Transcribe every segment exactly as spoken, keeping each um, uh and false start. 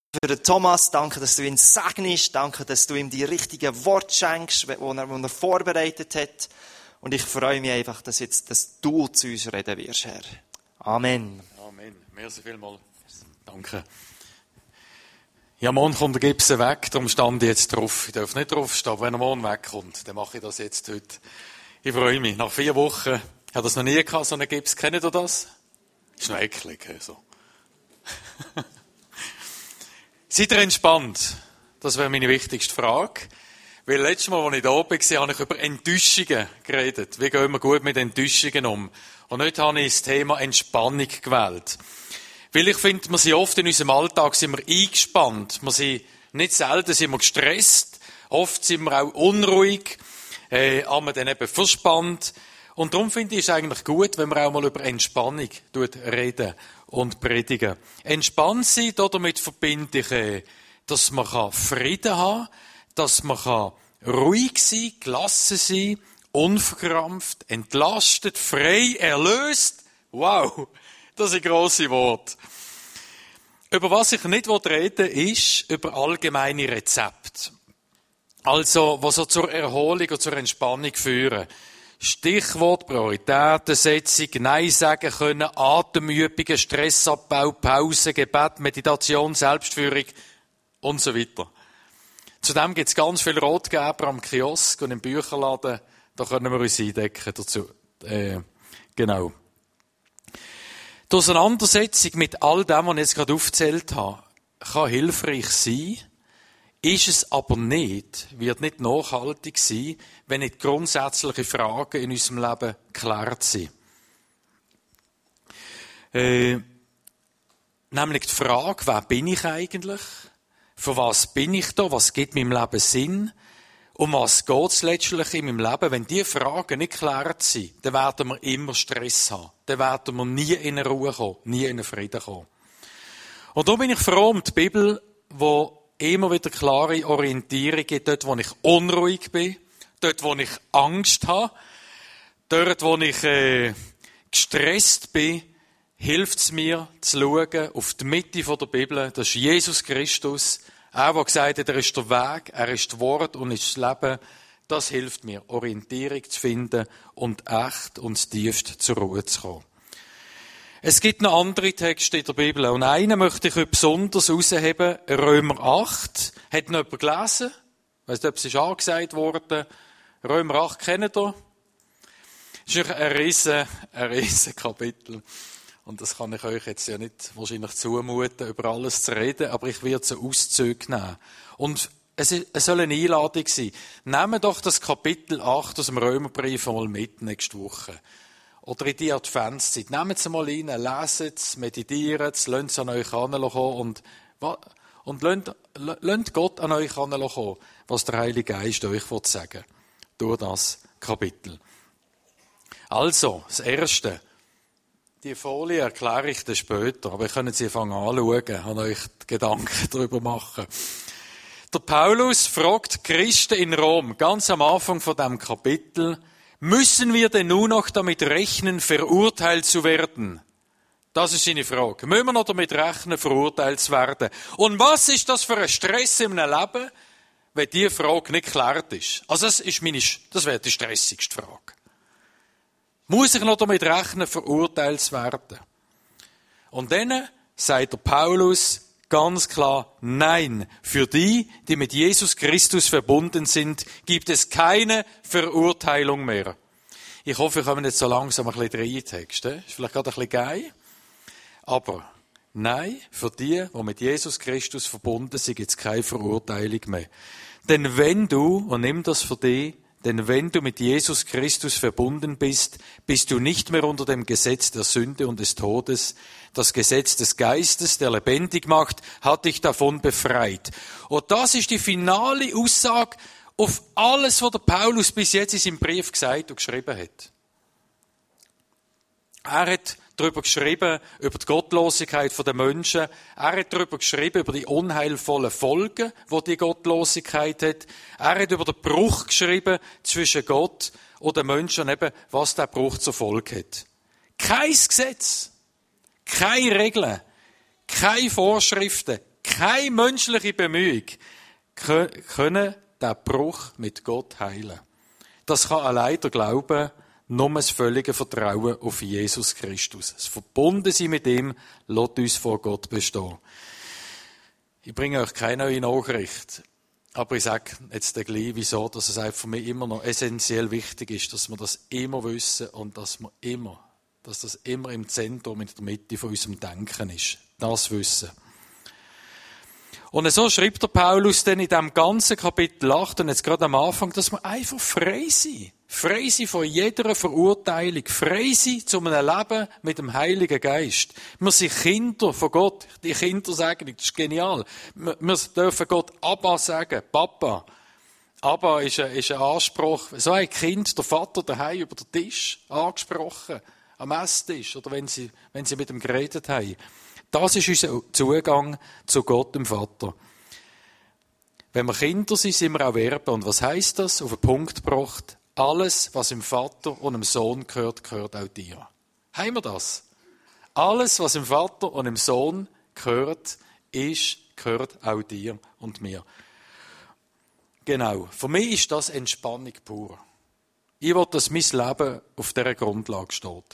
für den Thomas, danke, dass du ihn segnest, danke, dass du ihm die richtigen Worte schenkst, die er, die er vorbereitet hat. Und ich freue mich einfach, dass, jetzt, dass du zu uns reden wirst, Herr. Amen. Amen. Merci vielmals. Danke. Ja, morgen kommt der Gipsen weg, darum stand ich jetzt drauf. Ich darf nicht drauf stehen, aber wenn er morgen wegkommt, dann mache ich das jetzt heute. Ich freue mich. Nach vier Wochen, ich habe das noch nie gehabt, so einen Gips. Kennt ihr das? Ist noch eklig, so. Seid ihr entspannt? Das wäre meine wichtigste Frage. Weil letztes Mal, als ich da war, habe ich über Enttäuschungen geredet. Wie gehen wir gut mit Enttäuschungen um? Und heute habe ich das Thema Entspannung gewählt. Weil ich finde, wir sind oft in unserem Alltag sind wir eingespannt. Wir sind nicht selten sind wir gestresst. Oft sind wir auch unruhig. Äh, haben wir dann eben verspannt. Und darum finde ich es eigentlich gut, wenn wir auch mal über Entspannung reden und predigen. Entspannt sein, damit verbinde ich, äh, dass man Frieden haben kann, dass man ruhig sein, gelassen sein, unverkrampft, entlastet, frei, erlöst. Wow, das sind grosse Worte. Über was ich nicht reden will, ist über allgemeine Rezepte. Also, was so zur Erholung und zur Entspannung führen. Stichwort, Prioritätensetzung, Nein sagen können, Atemübungen, Stressabbau, Pause, Gebet, Meditation, Selbstführung und so weiter. Zudem gibt es ganz viele Ratgeber am Kiosk und im Bücherladen. Da können wir uns eindecken dazu. Äh, genau. Die Auseinandersetzung mit all dem, was ich jetzt gerade aufgezählt habe, kann hilfreich sein, ist es aber nicht, wird nicht nachhaltig sein, wenn nicht grundsätzliche Fragen in unserem Leben geklärt sind. Äh, nämlich die Frage, wer bin ich eigentlich? Für was bin ich da? Was gibt meinem Leben Sinn? Um was geht es letztlich in meinem Leben? Wenn diese Fragen nicht geklärt sind, dann werden wir immer Stress haben. Dann werden wir nie in eine Ruhe kommen, nie in einen Frieden kommen. Und da bin ich froh um die Bibel, wo immer wieder klare Orientierung gibt, dort, wo ich unruhig bin, dort, wo ich Angst habe, dort, wo ich äh, gestresst bin, hilft es mir zu schauen auf die Mitte der Bibel. Das ist Jesus Christus. Er, der gesagt hat, er ist der Weg, er ist das Wort und ist das Leben. Das hilft mir, Orientierung zu finden und echt und tiefst zur Ruhe zu kommen. Es gibt noch andere Texte in der Bibel. Und einen möchte ich heute besonders herausheben. Römer acht. Hat noch jemand gelesen? Ich weiss nicht, ob es ist angesagt worden. Römer acht kennt ihr? Das ist ein riesen, ein riesen Kapitel. Und das kann ich euch jetzt ja nicht wahrscheinlich zumuten, über alles zu reden, aber ich werde so Auszüge nehmen. Und es, ist, es soll eine Einladung sein. Nehmt doch das Kapitel acht aus dem Römerbrief einmal mit nächste Woche. Oder in die Adventszeit. Nehmt es mal rein, leset es, meditiert es, lasst es an euch herankommen und, und lasst, lasst Gott an euch herankommen, was der Heilige Geist euch sagen will. Durch das Kapitel. Also, das Erste. Die Folie erkläre ich dann später, aber ich kann sie fangen anschauen und euch Gedanken darüber machen. Der Paulus fragt Christen in Rom, ganz am Anfang von dem Kapitel, müssen wir denn nun noch damit rechnen, verurteilt zu werden? Das ist seine Frage. Müssen wir noch damit rechnen, verurteilt zu werden? Und was ist das für ein Stress in einem Leben, wenn diese Frage nicht geklärt ist? Also das ist meine, das wäre die stressigste Frage. Muss ich noch damit rechnen, verurteilt zu werden? Und dann sagt der Paulus ganz klar, nein, für die, die mit Jesus Christus verbunden sind, gibt es keine Verurteilung mehr. Ich hoffe, wir kommen jetzt so langsam ein bisschen rein in den Text. Ist vielleicht gerade ein bisschen geil. Aber nein, für die, die mit Jesus Christus verbunden sind, gibt es keine Verurteilung mehr. Denn wenn du, und nimm das für dich, denn wenn du mit Jesus Christus verbunden bist, bist du nicht mehr unter dem Gesetz der Sünde und des Todes. Das Gesetz des Geistes, der lebendig macht, hat dich davon befreit. Und das ist die finale Aussage auf alles, was der Paulus bis jetzt in seinem Brief gesagt und geschrieben hat. Er hat darüber geschrieben, über die Gottlosigkeit der Menschen. Er hat darüber geschrieben, über die unheilvollen Folgen, die die Gottlosigkeit hat. Er hat über den Bruch geschrieben zwischen Gott und den Menschen, eben, was der Bruch zur Folge hat. Kein Gesetz, keine Regeln, keine Vorschriften, keine menschliche Bemühung können den Bruch mit Gott heilen. Das kann allein der Glaube, nur das völlige Vertrauen auf Jesus Christus. Das Verbundensein mit ihm lässt uns vor Gott bestehen. Ich bringe euch keine neue Nachricht, aber ich sage jetzt gleich, wieso, dass es einfach für mich immer noch essentiell wichtig ist, dass wir das immer wissen und dass wir immer, dass das immer im Zentrum, in der Mitte von unserem Denken ist. Das Wissen. Und so schreibt der Paulus dann in diesem ganzen Kapitel acht und jetzt gerade am Anfang, dass wir einfach frei sind. Frei sind von jeder Verurteilung. Frei sind zu einem Leben mit dem Heiligen Geist. Wir sind Kinder von Gott. Die Kinder sagen, das ist genial. Wir, wir dürfen Gott Abba sagen, Papa. Abba ist ein, ist ein Anspruch. So ein Kind, der Vater daheim über den Tisch angesprochen, am Esstisch oder wenn sie, wenn sie mit ihm geredet haben. Das ist unser Zugang zu Gott, dem Vater. Wenn wir Kinder sind, sind wir auch Erben. Und was heisst das? Auf den Punkt gebracht. Alles, was dem Vater und dem Sohn gehört, gehört auch dir. Haben wir das? Alles, was dem Vater und dem Sohn gehört, ist, gehört auch dir und mir. Genau. Für mich ist das Entspannung pur. Ich will, dass mein Leben auf dieser Grundlage steht.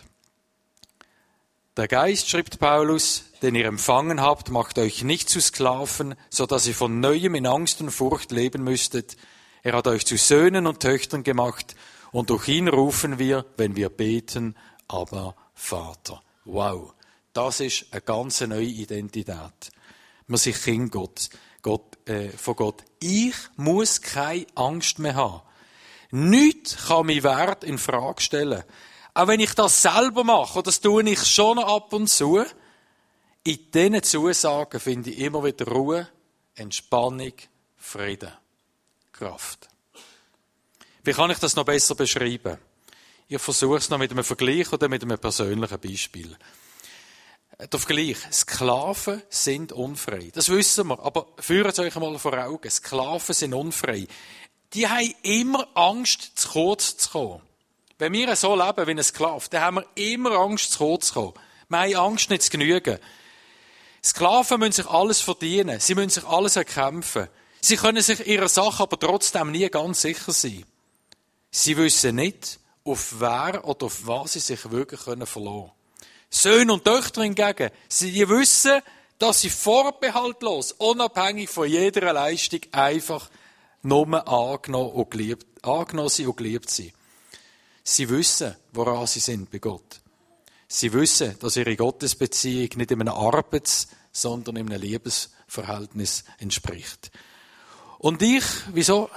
Der Geist, schreibt Paulus, den ihr empfangen habt, macht euch nicht zu Sklaven, so dass ihr von Neuem in Angst und Furcht leben müsstet. Er hat euch zu Söhnen und Töchtern gemacht und durch ihn rufen wir, wenn wir beten, aber Vater. Wow, das ist eine ganz neue Identität. Wir sind Kind Gott, Gott, äh, von Gott. Ich muss keine Angst mehr haben. Nichts kann meinen Wert in Frage stellen. Auch wenn ich das selber mache, und das tue ich schon ab und zu, in diesen Zusagen finde ich immer wieder Ruhe, Entspannung, Frieden, Kraft. Wie kann ich das noch besser beschreiben? Ich versuche es noch mit einem Vergleich oder mit einem persönlichen Beispiel. Der Vergleich. Sklaven sind unfrei. Das wissen wir, aber führt es euch einmal vor Augen. Sklaven sind unfrei. Die haben immer Angst, zu kurz zu kommen. Wenn wir so leben wie ein Sklave, dann haben wir immer Angst, zu kurz zu kommen. Wir haben Angst, nicht zu genügen. Sklaven müssen sich alles verdienen. Sie müssen sich alles erkämpfen. Sie können sich ihrer Sache aber trotzdem nie ganz sicher sein. Sie wissen nicht, auf wer oder auf was sie sich wirklich verlassen können. Söhne und Töchter hingegen, sie wissen, dass sie vorbehaltlos, unabhängig von jeder Leistung, einfach nur angenommen und geliebt, angenommen sind und geliebt sind. Sie wissen, woran sie sind bei Gott. Sie wissen, dass ihre Gottesbeziehung nicht in einem Arbeits-, sondern in einem Liebesverhältnis entspricht. Und ich, wieso?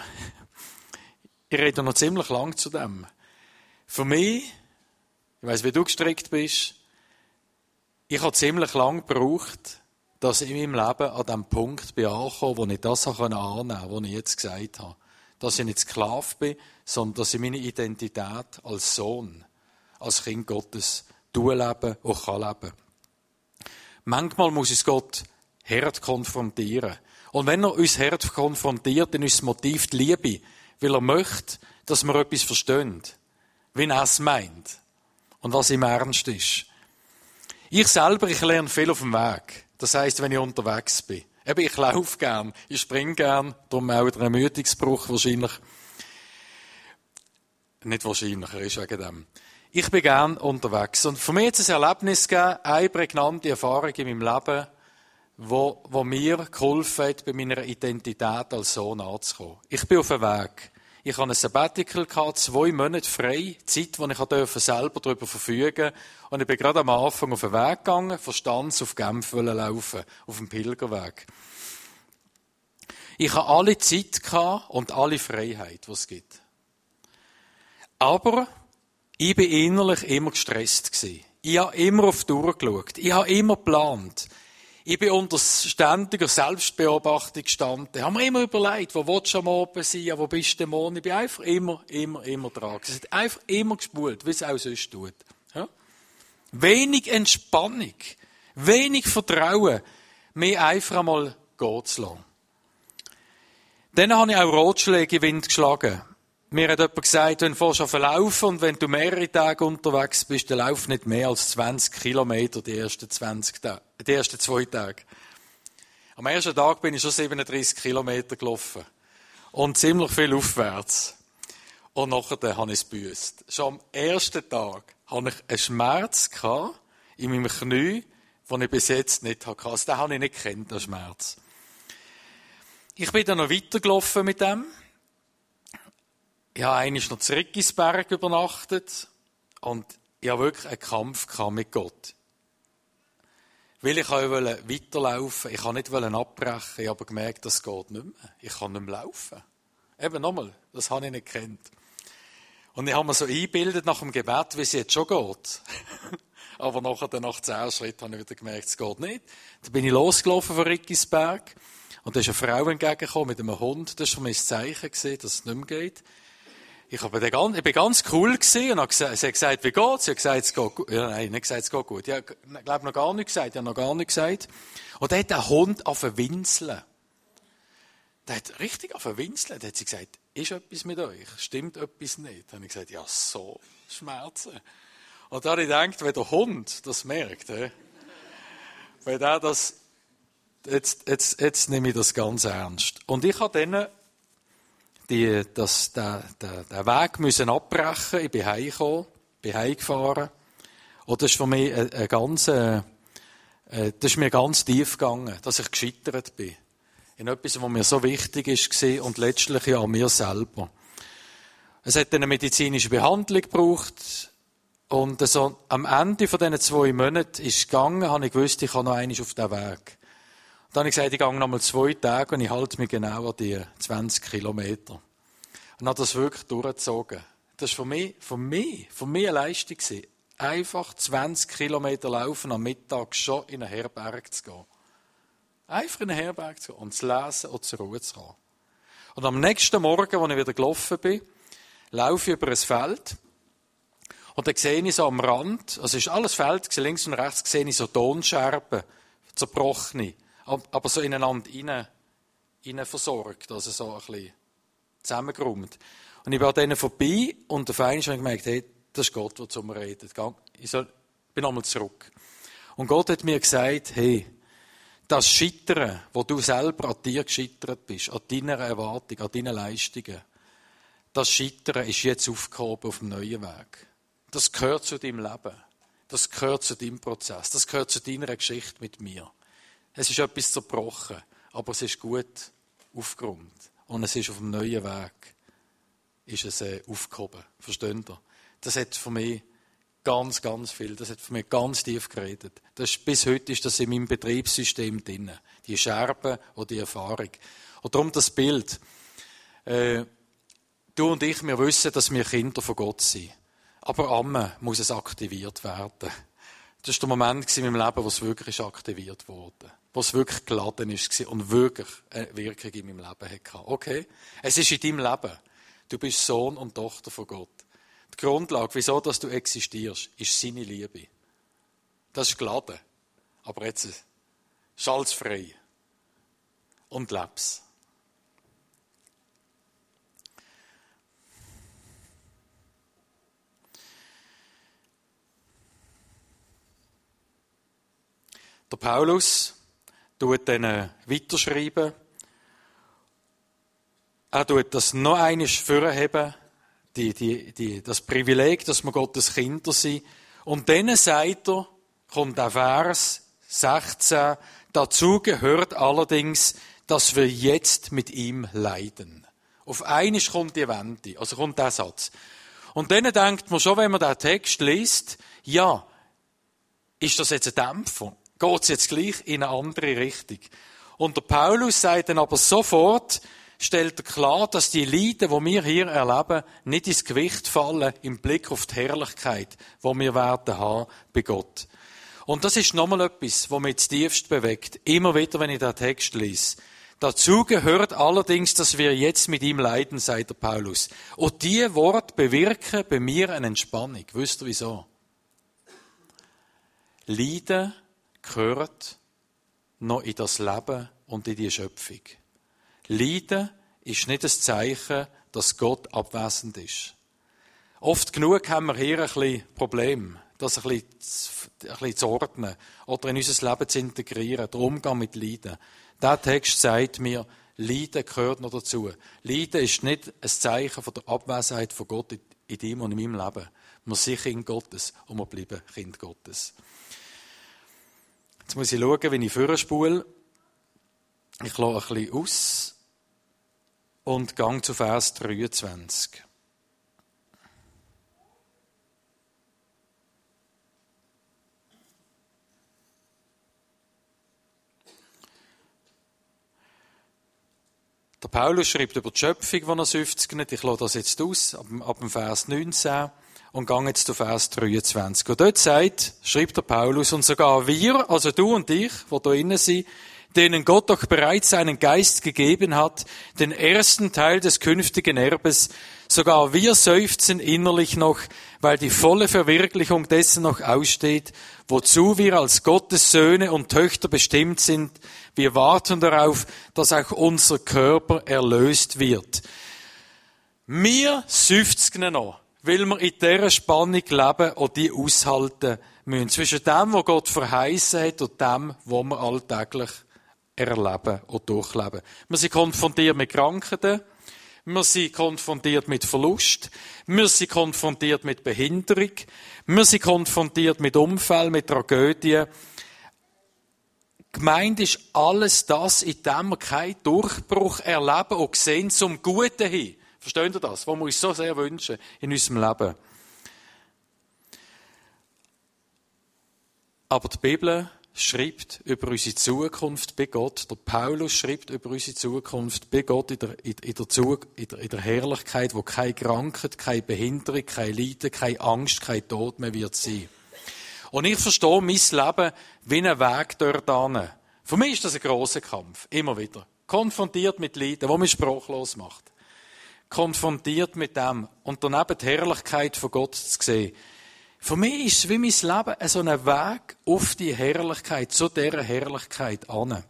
Ich rede noch ziemlich lang zu dem. Für mich, ich weiss, wie du gestrickt bist, ich habe ziemlich lang gebraucht, dass ich in meinem Leben an dem Punkt bin angekommen, wo ich das annehmen konnte, was ich jetzt gesagt habe. Dass ich nicht Sklave bin, sondern dass ich meine Identität als Sohn, als Kind Gottes leben und kann leben. Manchmal muss uns Gott hart konfrontieren. Und wenn er uns hart konfrontiert, dann ist das Motiv die Liebe, weil er möchte, dass wir etwas verstehen, wie er es meint und was ihm ernst ist. Ich selber, ich lerne viel auf dem Weg. Das heisst, wenn ich unterwegs bin. Eben, ich laufe gern, ich springe gern, darum auch der Ermüdungsbruch wahrscheinlich. Nicht wahrscheinlich, er ist wegen dem. Ich bin gern unterwegs. Und für mich hat es ein Erlebnis gegeben, eine prägnante Erfahrung in meinem Leben, wo, wo mir geholfen hat, bei meiner Identität als Sohn anzukommen. Ich bin auf dem Weg. Ich hatte ein Sabbatical, zwei Monate frei, Zeit, wo ich durfte selber darüber verfügen. Und ich bin gerade am Anfang auf den Weg gegangen, von Stanz auf Genf laufen, auf dem Pilgerweg. Ich hatte alle Zeit und alle Freiheit, die es gibt. Aber ich war innerlich immer gestresst gewesen. Ich habe immer auf die Tour geschaut. Ich habe immer geplant. Ich bin unter ständiger Selbstbeobachtung gestanden. Ich habe mir immer überlegt, wo willst du am Abend sein, wo bist du am Morgen. Ich bin einfach immer, immer, immer dran. Es hat einfach immer gespult, wie es auch sonst tut. Ja? Wenig Entspannung, wenig Vertrauen, mehr einfach einmal gehen zu lassen. Dann habe ich auch Rotschläge in den Wind geschlagen. Mir hat jemand gesagt, wenn du fährst auf laufen und wenn du mehrere Tage unterwegs bist, dann lauf nicht mehr als zwanzig Kilometer die ersten, zwanzig Tage, die ersten zwei Tage. Am ersten Tag bin ich schon siebenunddreissig Kilometer gelaufen. Und ziemlich viel aufwärts. Und nachher habe ich es gebüßt. Schon am ersten Tag hatte ich einen Schmerz in meinem Knie, den ich bis jetzt nicht hatte. Also den habe ich nicht gekannt, den Schmerz. Ich bin dann noch weitergelaufen mit dem. Ich habe einmal noch zu Rickisberg übernachtet. Und ich habe wirklich einen Kampf mit Gott. Weil ich wollte weiterlaufen, ich wollte nicht abbrechen, ich habe gemerkt, das geht nicht mehr. Ich kann nicht mehr laufen. Eben nochmal, das habe ich nicht gekannt. Und ich habe mir so eingebildet nach dem Gebet, wie es jetzt schon geht. Aber nachher, nach zehn Schritten, habe ich wieder gemerkt, es geht nicht. Dann bin ich losgelaufen von Rickisberg und da ist eine Frau entgegengekommen mit einem Hund. Das war für mich das Zeichen, dass es nicht mehr geht. Ich, habe den ganz, ich bin ganz cool gewesen und habe gesagt, sie hat gesagt, wie geht's? Sie hat gesagt, es geht gut. Ja, nein, nicht gesagt, es geht gut. Ich habe, glaube noch gar nichts gesagt. Ich habe noch gar nichts gesagt. Und dann hat der Hund angefangen zu winseln. Der hat richtig angefangen zu winseln. Dann hat sie gesagt, ist etwas mit euch? Stimmt etwas nicht? Dann habe ich gesagt, ja, so Schmerzen. Und da habe ich gedacht, wenn der Hund das merkt, he, wenn der das, jetzt, jetzt, jetzt nehme ich das ganz ernst. Und ich habe dann Die, das, den, den, den Weg müssen abbrechen. Ich bin heimgekommen, bin heimgefahren. Und das ist für mich ein, ein ganz, äh, das ist mir ganz tief gegangen, dass ich gescheitert bin. In etwas, was mir so wichtig ist, und letztlich ja an mir selber. Es hat eine medizinische Behandlung gebraucht. Und so, am Ende von diesen zwei Monaten ist es gegangen, habe ich gewusst, ich kann noch einmal auf den Weg. Dann habe ich gesagt, ich gehe noch mal zwei Tage und ich halte mich genau an die zwanzig Kilometer. Und habe das wirklich durchgezogen. Das war für mich, für mich, für mich eine Leistung gewesen. Einfach zwanzig Kilometer laufen, am Mittag schon in eine Herberge zu gehen. Einfach in eine Herberge zu gehen und zu lesen und zur Ruhe zu kommen. Und am nächsten Morgen, als ich wieder gelaufen bin, laufe ich über ein Feld. Und dann sehe ich so am Rand, also es ist alles Feld, links und rechts sehe ich so Tonscherben, zerbrochene. Aber so ineinander rein, rein versorgt, also so ein bisschen zusammengeräumt. Und ich bin an denen vorbei und auf einmal habe ich gemerkt, hey, das ist Gott, der zu mir redet. Ich soll, bin nochmal zurück. Und Gott hat mir gesagt, hey, das Scheitern, wo du selber an dir gescheitert bist, an deiner Erwartung, an deinen Leistungen, das Scheitern ist jetzt aufgehoben auf dem neuen Weg. Das gehört zu deinem Leben. Das gehört zu deinem Prozess. Das gehört zu deiner Geschichte mit mir. Es ist etwas zerbrochen, aber es ist gut aufgeräumt. Und es ist auf dem neuen Weg ist es, äh, aufgehoben. Versteht ihr? Das hat für mich ganz, ganz viel, das hat für mich ganz tief geredet. Das ist, bis heute ist das in meinem Betriebssystem drin. Die Scherben oder die Erfahrung. Und darum das Bild. Äh, du und ich, wir wissen, dass wir Kinder von Gott sind. Aber einmal muss es aktiviert werden. Das war der Moment in meinem Leben, wo es wirklich aktiviert wurde. Wo es wirklich geladen ist und wirklich eine Wirkung in meinem Leben hatte. Okay? Es ist in deinem Leben. Du bist Sohn und Tochter von Gott. Die Grundlage, wieso dass du existierst, ist seine Liebe. Das ist geladen. Aber jetzt schalt's frei. Und leb's. Der Paulus tut dann weiterschreiben. Er tut das noch einmal vorheben, die, die, die, das Privileg, dass wir Gottes Kinder sind. Und dann sagt er, kommt der Vers sechzehn, dazu gehört allerdings, dass wir jetzt mit ihm leiden. Auf einmal kommt die Wende, also kommt der Satz. Und dann denkt man schon, wenn man den Text liest, ja, ist das jetzt ein Dämpfer? Geht es jetzt gleich in eine andere Richtung? Und der Paulus sagt dann aber sofort, stellt er klar, dass die Leiden, die wir hier erleben, nicht ins Gewicht fallen im Blick auf die Herrlichkeit, die wir werden haben bei Gott. Und das ist nochmal etwas, was mich tiefst bewegt. Immer wieder, wenn ich den Text lese. Dazu gehört allerdings, dass wir jetzt mit ihm leiden, sagt der Paulus. Und diese Worte bewirken bei mir eine Entspannung. Wisst ihr wieso? Leiden gehört noch in das Leben und in die Schöpfung. Leiden ist nicht ein Zeichen, dass Gott abwesend ist. Oft genug haben wir hier ein bisschen Probleme, das ein bisschen, zu, ein bisschen zu ordnen oder in unser Leben zu integrieren, der Umgang mit Leiden. Dieser Text sagt mir, Leiden gehört noch dazu. Leiden ist nicht ein Zeichen von der Abwesenheit von Gott in deinem und in meinem Leben. Wir sind Kind Gottes und wir bleiben Kind Gottes. Jetzt muss ich schauen, wenn ich vorspule. Ich lasse ein bisschen aus und gehe zu Vers dreiundzwanzig. Der Paulus schreibt über die Schöpfung, die er seufzt. Ich lasse das jetzt aus, ab, ab dem Vers neunzehn, und gehe jetzt zu Vers dreiundzwanzig. Und dort sagt, schreibt der Paulus, und sogar wir, also du und ich, die da innen sind, denen Gott doch bereits seinen Geist gegeben hat, den ersten Teil des künftigen Erbes, sogar wir seufzen innerlich noch, weil die volle Verwirklichung dessen noch aussteht, wozu wir als Gottes Söhne und Töchter bestimmt sind. Wir warten darauf, dass auch unser Körper erlöst wird. Wir seufzen noch, weil wir in dieser Spannung leben und die aushalten müssen. Zwischen dem, was Gott verheißen hat, und dem, was wir alltäglich erleben und durchleben. Wir sind konfrontiert mit Krankheiten. Wir sind konfrontiert mit Verlust. Wir sind konfrontiert mit Behinderung. Wir sind konfrontiert mit Unfällen, mit Tragödien. Gemeint ist alles das, in dem wir keinen Durchbruch erleben und sehen zum Guten hin. Versteht ihr das? Was wir uns so sehr wünschen in unserem Leben. Aber die Bibel schreibt über unsere Zukunft bei Gott. Der Paulus schreibt über unsere Zukunft bei Gott in der, in, in, der, in, der, in der Herrlichkeit, wo keine Krankheit, keine Behinderung, kein Leiden, keine Angst, kein Tod mehr wird sein. Und ich verstehe mein Leben wie einen Weg dort hin. Für mich ist das ein grosser Kampf. Immer wieder. Konfrontiert mit Leiden, das mich sprachlos macht. Konfrontiert mit dem. Und daneben die Herrlichkeit von Gott zu sehen. Für mich ist es wie mein Leben so ein Weg auf die Herrlichkeit, zu dieser Herrlichkeit an.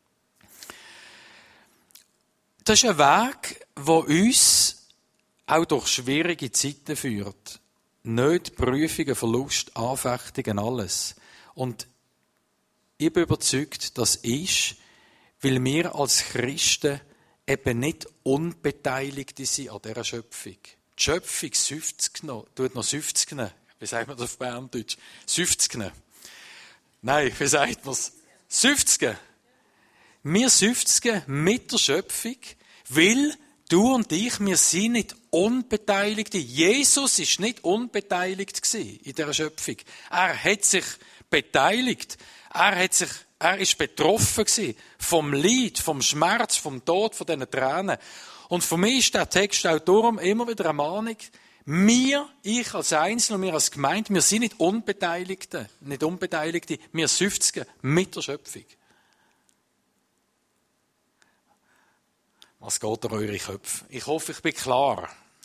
Das ist ein Weg, der uns auch durch schwierige Zeiten führt. Nicht Prüfungen, Verlust, Anfechtungen, alles. Und ich bin überzeugt, das ist, weil wir als Christen eben nicht Unbeteiligte sind an dieser Schöpfung. Die Schöpfung seufzt noch, tut noch seufzen. Wie sagt man das auf Berndeutsch? Seufzen. Nein, wie sagt man es? Seufzen. Wir seufzen mit der Schöpfung, weil du und ich, wir sind nicht Unbeteiligte. Jesus ist nicht unbeteiligt gewesen in dieser Schöpfung. Er hat sich beteiligt. Er hat sich, er ist betroffen gewesen vom Leid, vom Schmerz, vom Tod, von diesen Tränen. Und für mich ist der Text auch darum immer wieder eine Mahnung. Wir, ich als Einzelner, wir als Gemeinde, wir sind nicht Unbeteiligte, nicht Unbeteiligte, wir seufzen mit der Schöpfung. Was geht durch eure Köpfe? Ich hoffe, ich bin klar.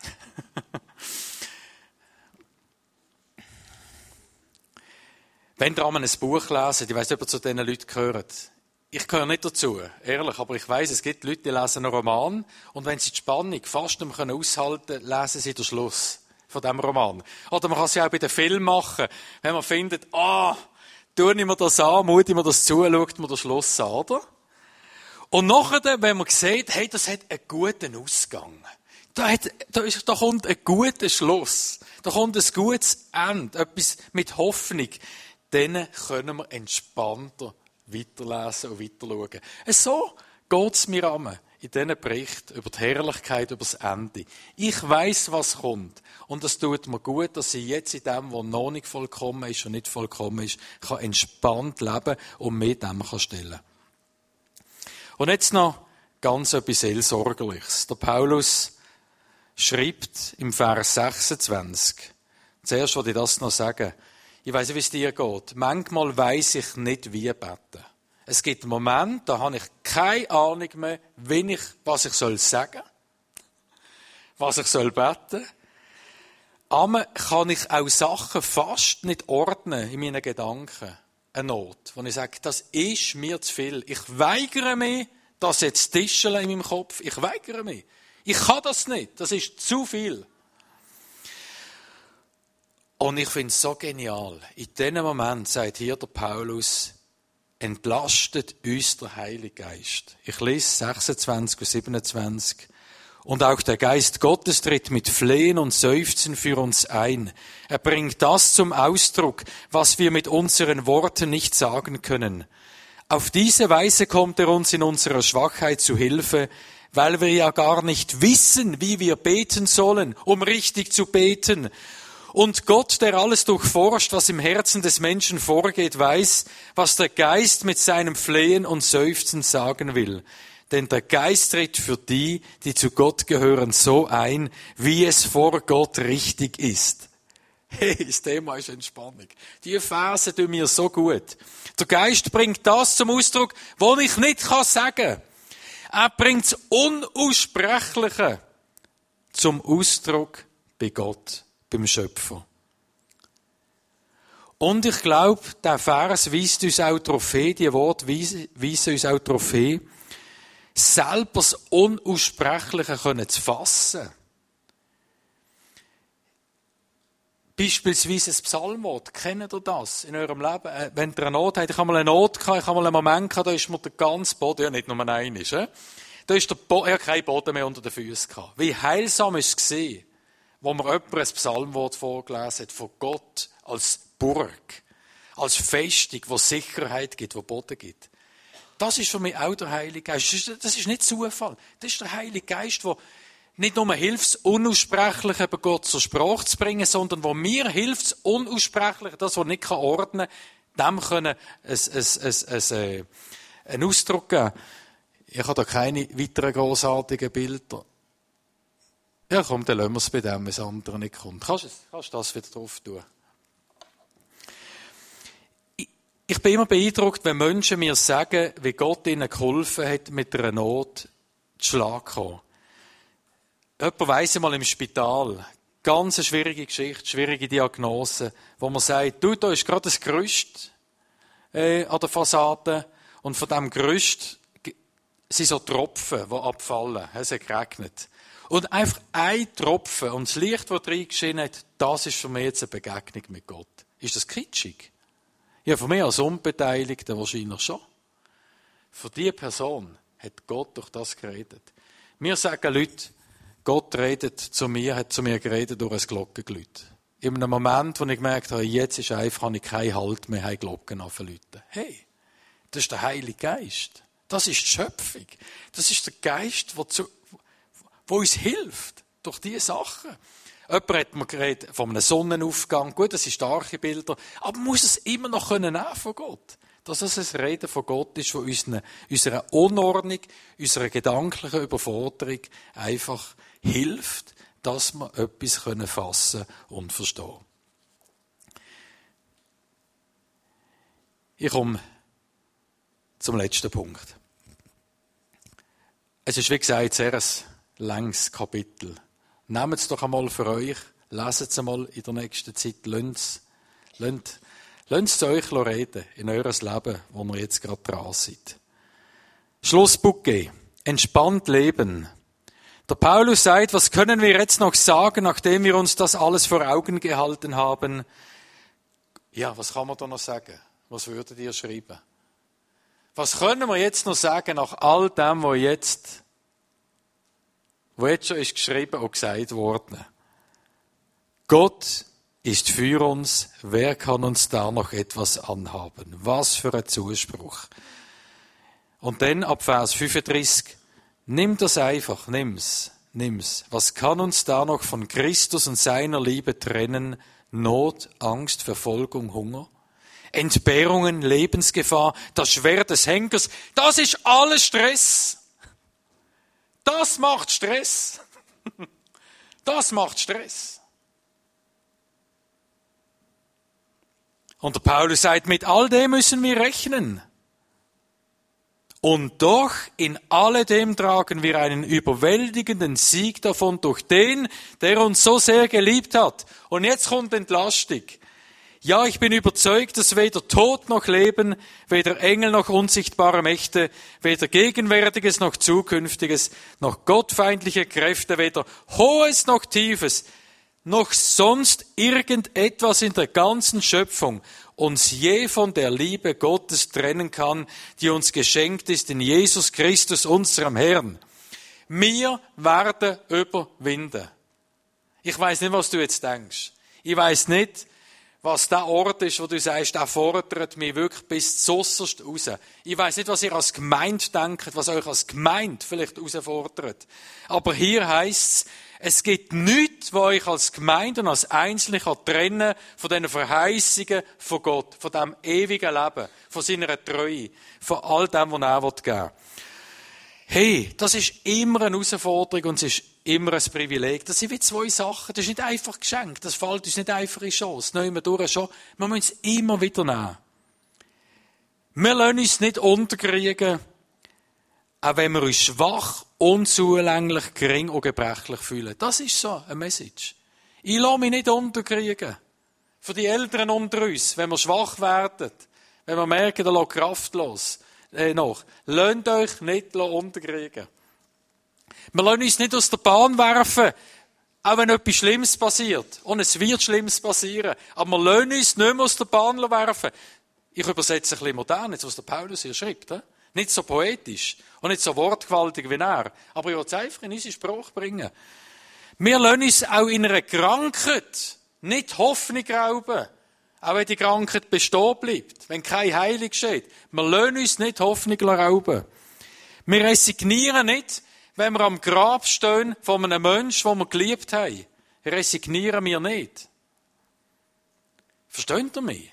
Wenn ihr einmal ein Buch lesen, ich weiss nicht, ob ihr zu diesen Leuten gehört. Ich gehöre nicht dazu, ehrlich, aber ich weiss, es gibt Leute, die lesen einen Roman und wenn sie die Spannung fast nicht mehr aushalten können, lesen sie den Schluss von diesem Roman. Oder man kann es ja auch bei den Filmen machen, wenn man findet, ah, oh, tue ich mir das an, mute ich mir das zu, schaut mir den Schluss an, oder? Und nachher, wenn man sieht, hey, das hat einen guten Ausgang. Da, hat, da, ist, da kommt ein guter Schluss. Da kommt ein gutes Ende, etwas mit Hoffnung. Dann können wir entspannter weiterlesen und weiterschauen. So geht es mir an in diesen Bericht über die Herrlichkeit, über das Ende. Ich weiss, was kommt. Und es tut mir gut, dass ich jetzt in dem, was noch nicht vollkommen ist und nicht vollkommen ist, kann entspannt leben und mit dem kann stellen. Und jetzt noch ganz etwas Seelsorgerliches. Der Paulus schreibt im Vers sechsundzwanzig. Zuerst wollte ich das noch sagen. Ich weiss nicht, wie es dir geht. Manchmal weiss ich nicht, wie beten. Es gibt Momente, da habe ich keine Ahnung mehr, wie ich, was ich soll sagen, was ich soll beten. Aber kann ich auch Sachen fast nicht ordnen in meinen Gedanken. Eine Not, wo ich sage, das ist mir zu viel. Ich weigere mich, das jetzt tischeln in meinem Kopf. Ich weigere mich. Ich kann das nicht. Das ist zu viel. Und ich finde es so genial. In diesem Moment sagt hier der Paulus, entlastet uns der Heilige Geist. Ich lese sechsundzwanzig und siebenundzwanzig. Und auch der Geist Gottes tritt mit Flehen und Seufzen für uns ein. Er bringt das zum Ausdruck, was wir mit unseren Worten nicht sagen können. Auf diese Weise kommt er uns in unserer Schwachheit zu Hilfe, weil wir ja gar nicht wissen, wie wir beten sollen, um richtig zu beten. Und Gott, der alles durchforscht, was im Herzen des Menschen vorgeht, weiß, was der Geist mit seinem Flehen und Seufzen sagen will. Denn der Geist tritt für die, die zu Gott gehören, so ein, wie es vor Gott richtig ist. Hey, das Thema ist Entspannung. Die Verse tun mir so gut. Der Geist bringt das zum Ausdruck, was ich nicht sagen kann. Er bringt das Unaussprechliche zum Ausdruck bei Gott, beim Schöpfer. Und ich glaube, der Vers weist uns auch Trophäe, die Worte weisen uns auch Trophäe, selber das Unaussprechliche können zu fassen. Beispielsweise ein Psalmwort. Kennt ihr das in eurem Leben? Äh, wenn ihr eine Not habt, ich habe mal eine Not gehabt, ich habe mal einen Moment gehabt, da ist mir der ganze Boden, ja nicht nur einer, äh? da ist der Boden, ich habe keinen Boden mehr unter den Füßen gehabt. Wie heilsam ist es gesehen, wo mir jemand ein Psalmwort vorgelesen hat, von Gott als Burg, als Festung, wo Sicherheit gibt, wo Boden gibt. Das ist für mich auch der Heilige Geist. Das ist nicht Zufall. Das ist der Heilige Geist, der nicht nur hilft, das Unaussprechliche bei Gott zur Sprache zu bringen, sondern wo mir hilft, das Unaussprechliche, das, was nicht ordnen kann, dem können ein, ein, ein, ein, einen Ausdruck geben. Ich habe da keine weiteren grossartigen Bilder. Ja, komm, dann lassen wir es bei dem, wenn das andere nicht kommt. Kannst du, kannst du das wieder drauf tun? Ich bin immer beeindruckt, wenn Menschen mir sagen, wie Gott ihnen geholfen hat, mit einer Not zu Schlag zu kommen. Jemand weiss einmal im Spital, ganz eine schwierige Geschichte, schwierige Diagnose, wo man sagt, du, da ist gerade ein Gerüst äh, an der Fassade und von diesem Gerüst sind so Tropfen, die abfallen. Es hat geregnet. Und einfach ein Tropfen und das Licht, das reingeschienen hat, das ist für mich jetzt eine Begegnung mit Gott. Ist das kitschig? Ja, für mich als Unbeteiligter wahrscheinlich schon. Für diese Person hat Gott durch das geredet. Mir sagen Leute, Gott redet zu mir, hat zu mir geredet durch ein Glockengeläut. In einem Moment, wo ich gemerkt habe, jetzt ist einfach, habe ich keinen Halt mehr, habe Glocken anzuläuten. Hey, das ist der Heilige Geist. Das ist die Schöpfung. Das ist der Geist, der, zu, der uns hilft durch diese Sachen. Jemand hat mir geredet von einem Sonnenaufgang. Gut, das sind starke Bilder. Aber man muss es immer noch können von Gott. Dass es ein Reden von Gott ist, das unsere, unserer Unordnung, unserer gedanklichen Überforderung einfach hilft, dass wir etwas fassen und verstehen können. Ich komme zum letzten Punkt. Es ist, wie gesagt, sehr ein langes Kapitel. Nehmt es doch einmal für euch, leset es einmal in der nächsten Zeit, lasst es zu euch reden in eures Leben, wo ihr jetzt gerade dran seid. Schlussbouquet. Entspannt leben. Der Paulus sagt, was können wir jetzt noch sagen, nachdem wir uns das alles vor Augen gehalten haben? Ja, was kann man da noch sagen? Was würdet ihr schreiben? Was können wir jetzt noch sagen nach all dem, was jetzt, was jetzt schon ist geschrieben und gesagt worden? Gott ist für uns, wer kann uns da noch etwas anhaben? Was für ein Zuspruch. Und dann ab Vers fünfunddreißig, nimm das einfach, nimm's, nimm's. Was kann uns da noch von Christus und seiner Liebe trennen? Not, Angst, Verfolgung, Hunger? Entbehrungen, Lebensgefahr, das Schwert des Henkers, das ist alles Stress. Das macht Stress. Das macht Stress. Und der Paulus sagt, mit all dem müssen wir rechnen. Und doch in alledem tragen wir einen überwältigenden Sieg davon durch den, der uns so sehr geliebt hat. Und jetzt kommt Entlastung. Ja, ich bin überzeugt, dass weder Tod noch Leben, weder Engel noch unsichtbare Mächte, weder Gegenwärtiges noch Zukünftiges, noch gottfeindliche Kräfte, weder Hohes noch Tiefes, noch sonst irgendetwas in der ganzen Schöpfung uns je von der Liebe Gottes trennen kann, die uns geschenkt ist in Jesus Christus, unserem Herrn. Wir werden überwinden. Ich weiss nicht, was du jetzt denkst. Ich weiss nicht, was der Ort ist, wo du sagst, der fordert mich wirklich bis zuerst raus. Ich weiss nicht, was ihr als Gemeinde denkt, was euch als Gemeinde vielleicht herausfordert. Aber hier heisst es, es gibt nichts, was euch als Gemeinde und als Einzelne trennen kann von diesen Verheißungen von Gott, von diesem ewigen Leben, von seiner Treue, von all dem, was er geben will. Hey, das ist immer eine Herausforderung und es ist immer ein Privileg. Das sind wie zwei Sachen. Das ist nicht einfach geschenkt. Das fällt uns nicht einfach in die Chance. Nehmen wir durch schon. Wir müssen es immer wieder nehmen. Wir lassen uns nicht unterkriegen, auch wenn wir uns schwach, unzulänglich, gering und gebrechlich fühlen. Das ist so eine Message. Ich lasse mich nicht unterkriegen. Für die Eltern unter uns, wenn wir schwach werden, wenn wir merken, da lässt kraftlos äh, nach. Lasst euch nicht unterkriegen. Wir lassen uns nicht aus der Bahn werfen, auch wenn etwas Schlimmes passiert. Und es wird Schlimmes passieren. Aber wir lassen uns nicht mehr aus der Bahn werfen. Ich übersetze ein bisschen modern, jetzt was der Paulus hier schreibt. He? Nicht so poetisch und nicht so wortgewaltig wie er. Aber ich will es einfach in unseren Spruch bringen. Wir lassen uns auch in einer Krankheit nicht Hoffnung rauben. Auch wenn die Krankheit bestehen bleibt. Wenn kein Heilung steht. Wir lassen uns nicht Hoffnung rauben. Wir resignieren nicht, wenn wir am Grab stehen von einem Menschen, den wir geliebt haben. Resignieren wir nicht. Versteht ihr mich?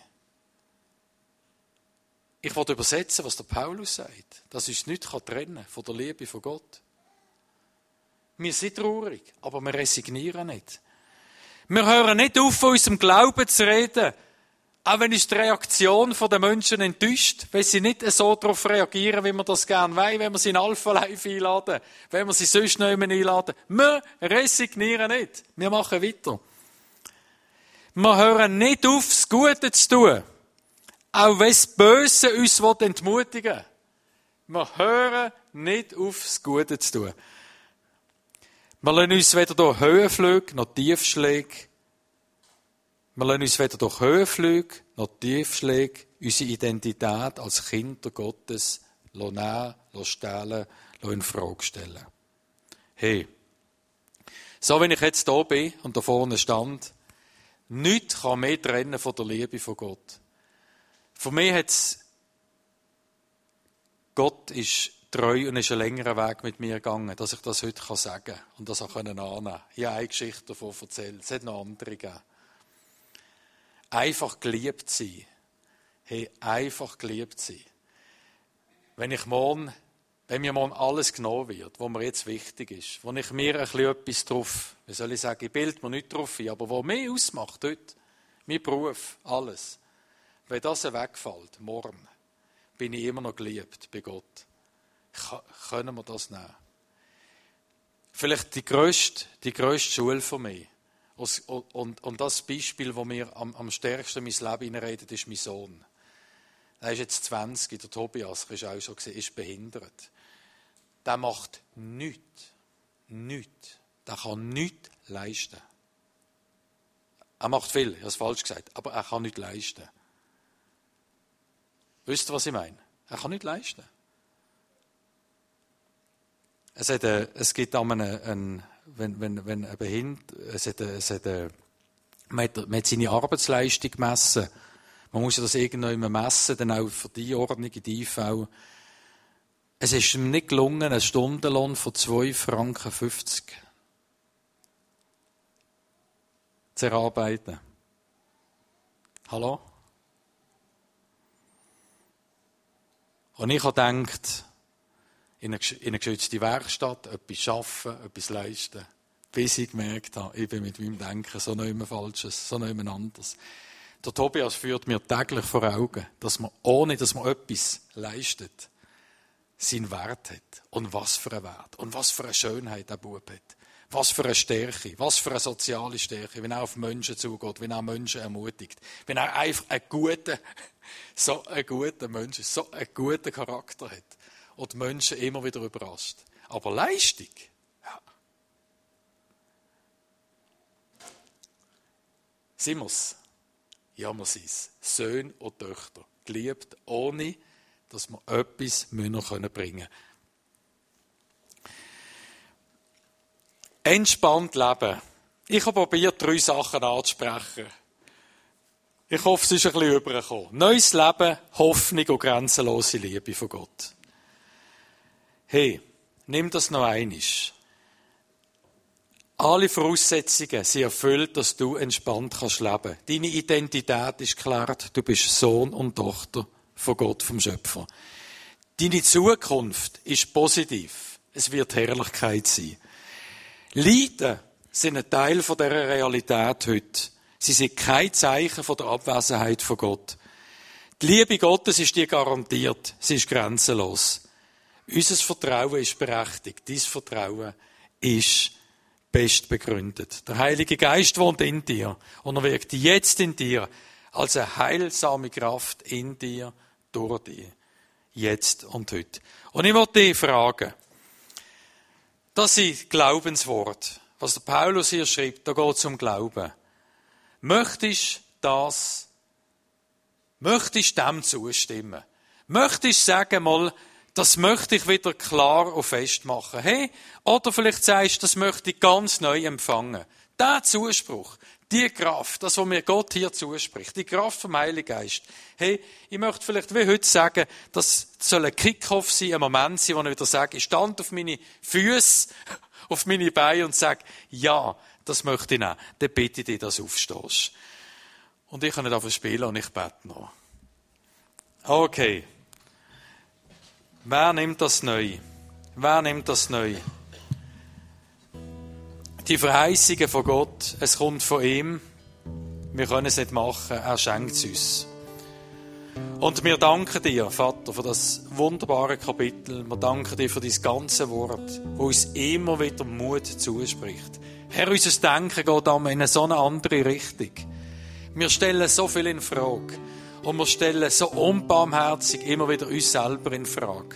Ich will übersetzen, was der Paulus sagt. Dass uns nichts trennen kann von der Liebe von Gott. Wir sind traurig, aber wir resignieren nicht. Wir hören nicht auf, von unserem Glauben zu reden, auch wenn uns die Reaktion der Menschen enttäuscht, weil sie nicht so darauf reagieren, wie wir das gerne wollen, wenn wir sie in Alpha Live einladen, wenn wir sie sonst nicht mehr einladen. Wir resignieren nicht. Wir machen weiter. Wir hören nicht auf, das Gute zu tun, auch wenn das Böse uns entmutigen will. Wir hören nicht auf, das Gute zu tun. Wir lassen uns weder durch Höhenflüge noch Tiefschläge Wir lassen uns weder durch Höhenflüge noch Tiefschläge unsere Identität als Kinder Gottes nehmen, stehlen, in Frage stellen. Hey, so wie ich jetzt hier bin und da vorne stand, nichts kann mehr trennen von der Liebe von Gott. Für mich hat es, Gott ist treu und ist einen längeren Weg mit mir gegangen, dass ich das heute sagen kann und das auch annehmen kann. Ich habe eine Geschichte davon erzählt, es hat noch andere gegeben. Einfach geliebt sein. Hey, einfach geliebt sein. Wenn ich morgen, wenn mir morgen alles genommen wird, was mir jetzt wichtig ist, wo ich mir ein bisschen etwas drauf, wie soll ich sagen, ich bilde mir nicht drauf ein, aber was mich ausmacht heute, mein Beruf, alles. Wenn das wegfällt, morgen, bin ich immer noch geliebt bei Gott. Können wir das nehmen? Vielleicht die grösste, die grösste Schule von mir. Und, und, und das Beispiel, das mir am, am stärksten in mein Leben hineinredet, ist mein Sohn. Er ist jetzt zwanzig, der Tobias, ist auch schon gesehen, ist behindert. Der macht nichts. Nichts. Der kann nichts leisten. Er macht viel, ich habe es falsch gesagt, aber er kann nichts leisten. Wisst ihr, was ich meine? Er kann nichts leisten. Es, hat, es gibt auch einen, einen wenn, wenn, wenn ein Behindert, es hat, es hat, man, hat, man hat seine Arbeitsleistung gemessen. Man muss ja das irgendwann messen, dann auch für die Ordnung in die I V. Es ist ihm nicht gelungen, einen Stundenlohn von zwei Franken fünfzig zu erarbeiten. Hallo? Und ich habe gedacht, in eine geschützte Werkstatt, etwas arbeiten, etwas leisten. Bis ich gemerkt habe, ich bin mit meinem Denken so nicht Falsches, so nicht anderes. Der Tobias führt mir täglich vor Augen, dass man, ohne dass man etwas leistet, seinen Wert hat. Und was für einen Wert. Und was für eine Schönheit der Bub hat. Was für eine Stärke. Was für eine soziale Stärke. Wenn er auf Menschen zugeht, wenn er Menschen ermutigt. Wenn er einfach einen guten, so einen guten Mensch ist, so einen guten Charakter hat. Und die Menschen immer wieder überrascht. Aber Leistung, ja. Sind wir's? Ja, wir sind es. Söhne und Töchter. Geliebt, ohne dass wir etwas bringen können. Entspannt leben. Ich habe probiert, drei Sachen anzusprechen. Ich hoffe, es ist ein bisschen rübergekommen. Neues Leben, Hoffnung und grenzenlose Liebe von Gott. Hey, nimm das noch einmal. Alle Voraussetzungen sind erfüllt, dass du entspannt kannst leben. Deine Identität ist geklärt. Du bist Sohn und Tochter von Gott, vom Schöpfer. Deine Zukunft ist positiv. Es wird Herrlichkeit sein. Leiden sind ein Teil dieser Realität heute. Sie sind kein Zeichen von der Abwesenheit von Gott. Die Liebe Gottes ist dir garantiert. Sie ist grenzenlos. Unser Vertrauen ist berechtigt. Dein Vertrauen ist best begründet. Der Heilige Geist wohnt in dir und er wirkt jetzt in dir als eine heilsame Kraft in dir, durch dich. Jetzt und heute. Und ich möchte dich fragen, das sind Glaubensworte. Was der Paulus hier schreibt, da geht es um Glauben. Möchtest das, möchtest dem zustimmen? Möchtest sagen mal, das möchte ich wieder klar und fest machen. Hey, oder vielleicht sagst du, das möchte ich ganz neu empfangen. Der Zuspruch, die Kraft, das, was mir Gott hier zuspricht, die Kraft vom Heiligen Geist. Hey, ich möchte vielleicht wie heute sagen, das soll ein Kick-Off sein, ein Moment sein, wo ich wieder sage, ich stand auf meine Füße, auf meine Beine und sage, ja, das möchte ich nehmen. Dann bitte ich dich, dass du aufstehst. Und ich kann nicht einfach spielen und ich bete noch. Okay. Wer nimmt das neu? Wer nimmt das neu? Die Verheißungen von Gott, es kommt von ihm. Wir können es nicht machen, er schenkt es uns. Und wir danken dir, Vater, für das wunderbare Kapitel. Wir danken dir für dein ganze Wort, wo uns immer wieder Mut zuspricht. Herr, unser Denken geht in eine so eine andere Richtung. Wir stellen so viel in Frage. Und wir stellen so unbarmherzig immer wieder uns selber in Frage.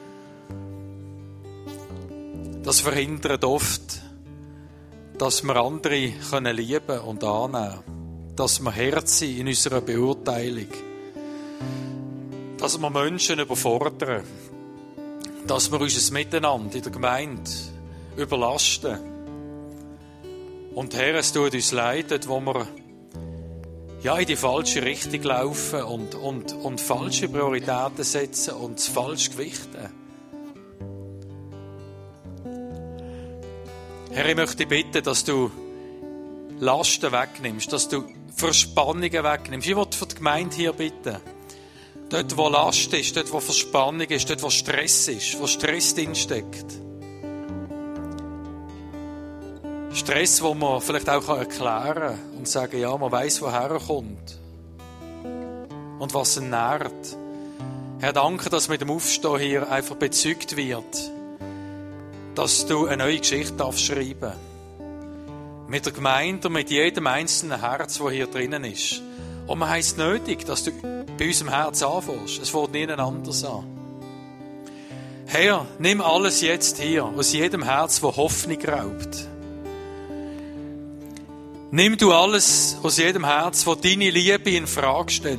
Das verhindert oft, dass wir andere können lieben und annehmen. Dass wir Herz sind in unserer Beurteilung. Dass wir Menschen überfordern. Dass wir unser Miteinander in der Gemeinde überlasten. Und Herr, es tut uns leid, wo wir ja, in die falsche Richtung laufen und, und, und falsche Prioritäten setzen und das falsch gewichten. Herr, ich möchte dich bitten, dass du Lasten wegnimmst, dass du Verspannungen wegnimmst. Ich möchte für die Gemeinde hier bitten. Dort, wo Last ist, dort, wo Verspannung ist, dort, wo Stress ist, wo Stress drinsteckt. Stress, den man vielleicht auch erklären kann und sagen, ja, man weiss, woher er kommt. Und was ihn nährt. Herr, danke, dass mit dem Aufstehen hier einfach bezeugt wird, dass du eine neue Geschichte darfst schreiben. Mit der Gemeinde und mit jedem einzelnen Herz, das hier drinnen ist. Und man heisst nötig, dass du bei unserem Herz anfängst. Es fängt niemand anders an. Herr, nimm alles jetzt hier, aus jedem Herz, das Hoffnung raubt. Nimm du alles aus jedem Herz, das deine Liebe in Frage stellt.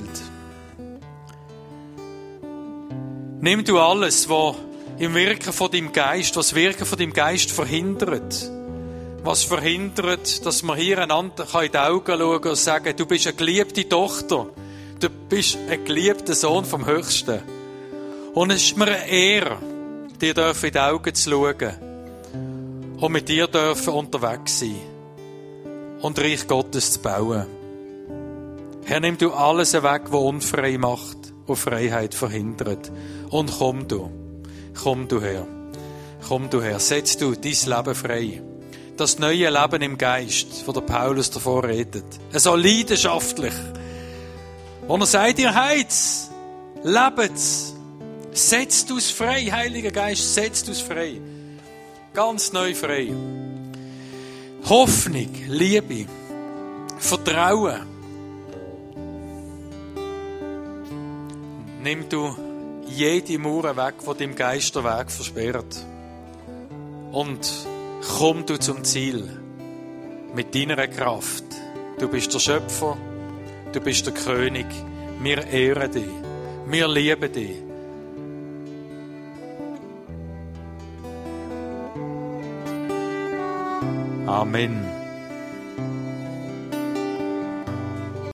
Nimm du alles, was im Wirken von deinem Geist, was das Wirken von deinem Geist verhindert. Was verhindert, dass man hier einander in die Augen schauen und sagen, du bist eine geliebte Tochter. Du bist ein geliebter Sohn vom Höchsten. Und es ist mir eine Ehre, dir in die Augen zu schauen und mit dir dürfen unterwegs sein. Und Reich Gottes zu bauen. Herr, nimm du alles weg, was unfrei macht und Freiheit verhindert. Und komm du, komm du her, komm du her, setz du dein Leben frei. Das neue Leben im Geist, wo der Paulus davor redet. Er soll leidenschaftlich. Und er sagt, ihr Heiz, lebt, setzt uns frei, Heiliger Geist, setzt uns frei. Ganz neu frei. Hoffnung, Liebe, Vertrauen. Nimm du jede Mauer weg, die deinem Geist den Weg versperrt. Und komm du zum Ziel mit deiner Kraft. Du bist der Schöpfer, du bist der König. Wir ehren dich. Wir lieben dich. Amen.